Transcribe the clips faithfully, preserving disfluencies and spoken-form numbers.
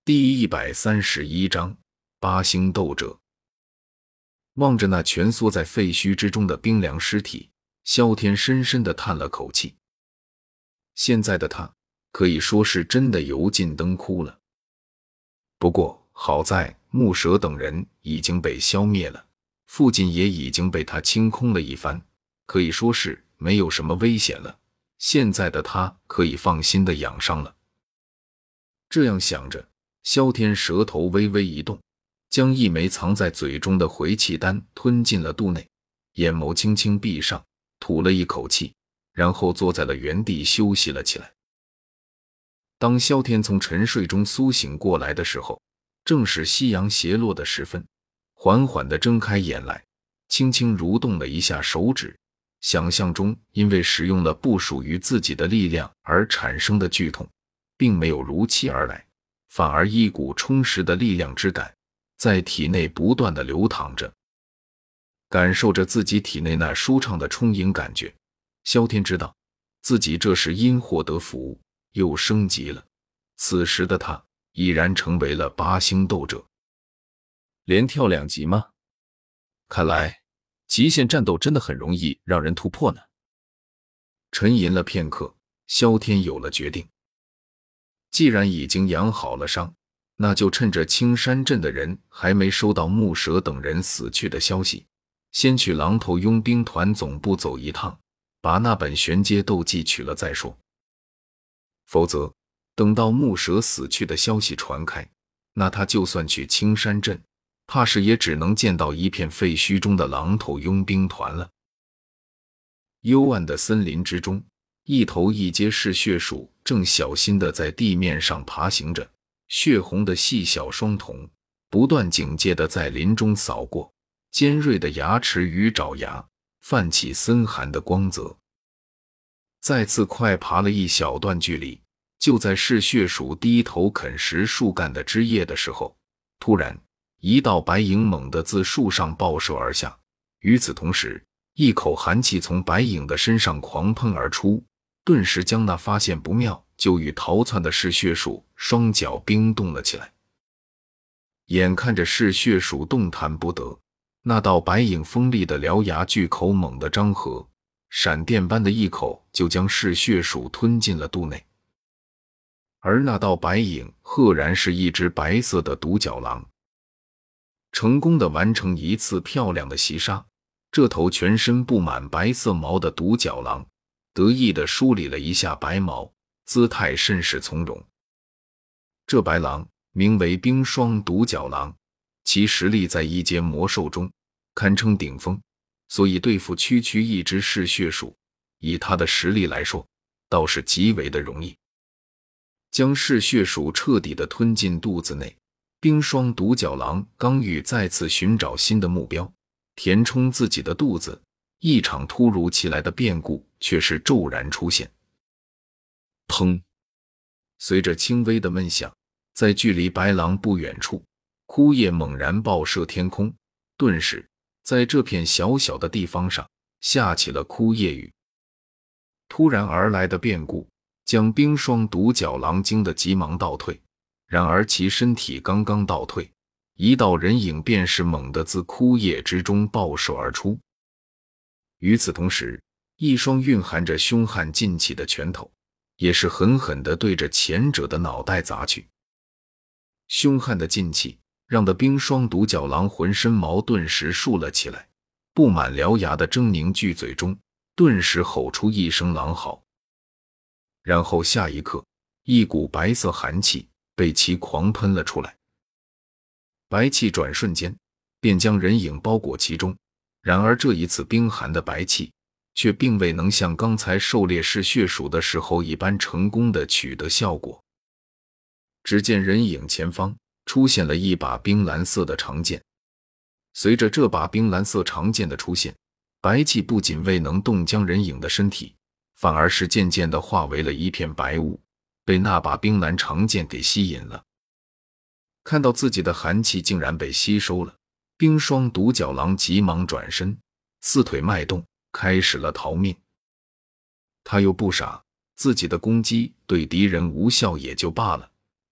第一百三十一章八星斗者。望着那蜷缩在废墟之中的冰凉尸体，萧天深深地叹了口气。现在的他可以说是真的油尽灯枯了。不过好在木蛇等人已经被消灭了，附近也已经被他清空了一番，可以说是没有什么危险了。现在的他可以放心地养伤了。这样想着，萧天舌头微微一动，将一枚藏在嘴中的回气丹吞进了肚内，眼眸轻轻闭上，吐了一口气，然后坐在了原地休息了起来。当萧天从沉睡中苏醒过来的时候，正是夕阳斜落的时分，缓缓地睁开眼来，轻轻蠕动了一下手指，想象中因为使用了不属于自己的力量而产生的剧痛并没有如期而来，反而一股充实的力量之感在体内不断地流淌着。感受着自己体内那舒畅的充盈感觉，萧天知道自己这是因祸得福，又升级了。此时的他已然成为了八星斗者。 连跳两级吗？看来极限战斗真的很容易让人突破呢。 沉吟了片刻，萧天有了决定。既然已经养好了伤，那就趁着青山镇的人还没收到木蛇等人死去的消息，先去狼头佣兵团总部走一趟，把那本玄阶斗技取了再说。否则等到木蛇死去的消息传开，那他就算去青山镇，怕是也只能见到一片废墟中的狼头佣兵团了。幽暗的森林之中，一头一阶嗜血鼠正小心地在地面上爬行着，血红的细小双瞳不断警戒地在林中扫过，尖锐的牙齿与爪牙泛起森寒的光泽。再次快爬了一小段距离，就在嗜血鼠低头啃食树干的枝叶的时候，突然一道白影猛地自树上爆射而下，与此同时，一口寒气从白影的身上狂喷而出，顿时将那发现不妙就欲逃窜的嗜血鼠双脚冰冻了起来。眼看着嗜血鼠动弹不得，那道白影锋利的獠牙巨口猛地张合，闪电般的一口就将嗜血鼠吞进了肚内。而那道白影赫然是一只白色的独角狼。成功的完成一次漂亮的袭杀，这头全身布满白色毛的独角狼得意地梳理了一下白毛，姿态甚是从容。这白狼名为冰霜独角狼，其实力在一阶魔兽中堪称顶峰，所以对付区区一只嗜血鼠，以他的实力来说，倒是极为的容易。将嗜血鼠彻底地吞进肚子内，冰霜独角狼刚欲再次寻找新的目标，填充自己的肚子，一场突如其来的变故却是骤然出现。砰！随着轻微的闷响，在距离白狼不远处，枯叶猛然爆射天空，顿时在这片小小的地方上下起了枯叶雨。突然而来的变故将冰霜独角狼惊得急忙倒退，然而其身体刚刚倒退，一道人影便是猛地自枯叶之中爆射而出。与此同时，一双蕴含着凶悍劲气的拳头也是狠狠地对着前者的脑袋砸去。凶悍的劲气让得冰霜独角狼浑身毛顿时竖了起来，布满獠牙的狰狞巨嘴中顿时吼出一声狼嚎。然后下一刻，一股白色寒气被其狂喷了出来，白气转瞬间便将人影包裹其中。然而这一次冰寒的白气却并未能像刚才狩猎嗜血鼠的时候一般成功的取得效果。只见人影前方出现了一把冰蓝色的长剑，随着这把冰蓝色长剑的出现，白气不仅未能冻僵人影的身体，反而是渐渐地化为了一片白雾，被那把冰蓝长剑给吸引了。看到自己的寒气竟然被吸收了，冰霜独角狼急忙转身，四腿迈动，开始了逃命。他又不傻，自己的攻击对敌人无效也就罢了，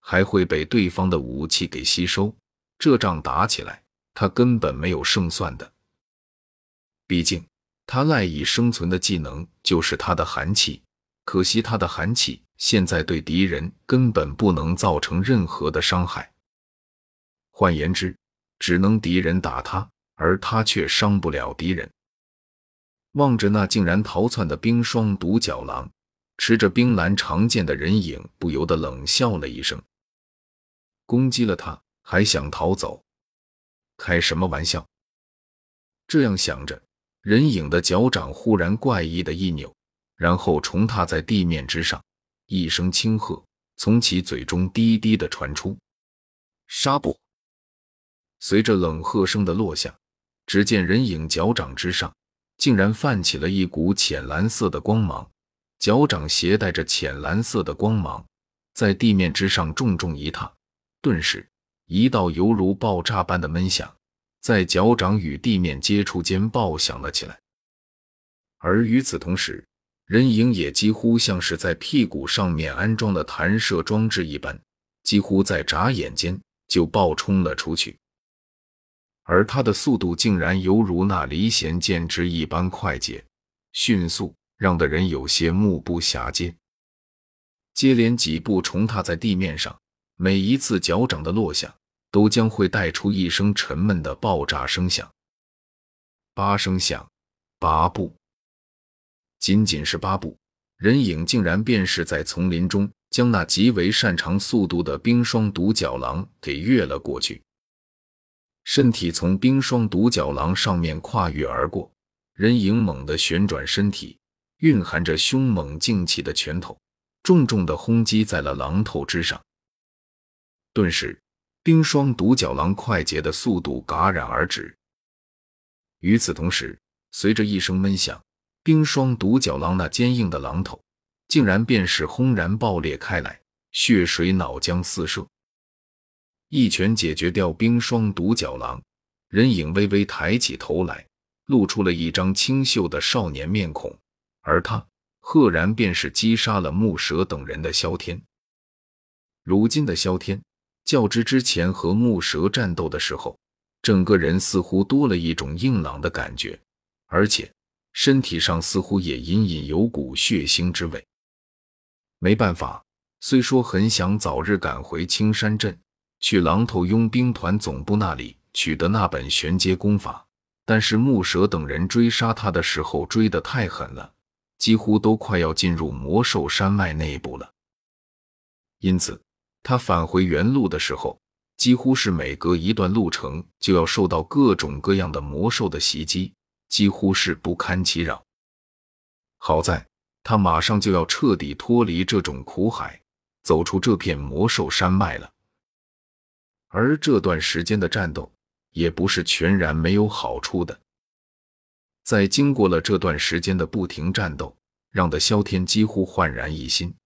还会被对方的武器给吸收，这仗打起来，他根本没有胜算的。毕竟，他赖以生存的技能就是他的寒气，可惜他的寒气现在对敌人根本不能造成任何的伤害。换言之，只能敌人打他，而他却伤不了敌人。望着那竟然逃窜的冰霜独角狼，持着冰蓝长剑的人影不由得冷笑了一声。攻击了他，还想逃走？开什么玩笑！这样想着，人影的脚掌忽然怪异的一扭，然后重踏在地面之上，一声轻喝从其嘴中低低的传出：杀不！随着冷喝声的落下，只见人影脚掌之上竟然泛起了一股浅蓝色的光芒，脚掌携带着浅蓝色的光芒，在地面之上重重一踏，顿时一道犹如爆炸般的闷响在脚掌与地面接触间爆响了起来。而与此同时，人影也几乎像是在屁股上面安装了弹射装置一般，几乎在眨眼间就爆冲了出去。而他的速度竟然犹如那离弦箭之一般快捷迅速，让的人有些目不暇接。接连几步重踏在地面上，每一次脚掌的落下都将会带出一声沉闷的爆炸声响。八声响，八步。仅仅是八步，人影竟然便是在丛林中将那极为擅长速度的冰霜独角狼给越了过去。身体从冰霜独角狼上面跨越而过，人影猛地旋转身体，蕴含着凶猛劲气的拳头重重地轰击在了狼头之上。顿时，冰霜独角狼快捷的速度戛然而止。与此同时，随着一声闷响，冰霜独角狼那坚硬的狼头竟然便是轰然爆裂开来，血水脑浆四射。一拳解决掉冰霜独角狼，人影微微抬起头来，露出了一张清秀的少年面孔，而他赫然便是击杀了木蛇等人的萧天。如今的萧天较之之前和木蛇战斗的时候，整个人似乎多了一种硬朗的感觉，而且身体上似乎也隐隐有股血腥之味。没办法，虽说很想早日赶回青山镇，去狼头佣兵团总部那里取得那本玄阶功法，但是木蛇等人追杀他的时候追得太狠了，几乎都快要进入魔兽山脉内部了。因此他返回原路的时候，几乎是每隔一段路程就要受到各种各样的魔兽的袭击，几乎是不堪其扰。好在他马上就要彻底脱离这种苦海，走出这片魔兽山脉了。而这段时间的战斗也不是全然没有好处的。在经过了这段时间的不停战斗，让得萧天几乎焕然一新。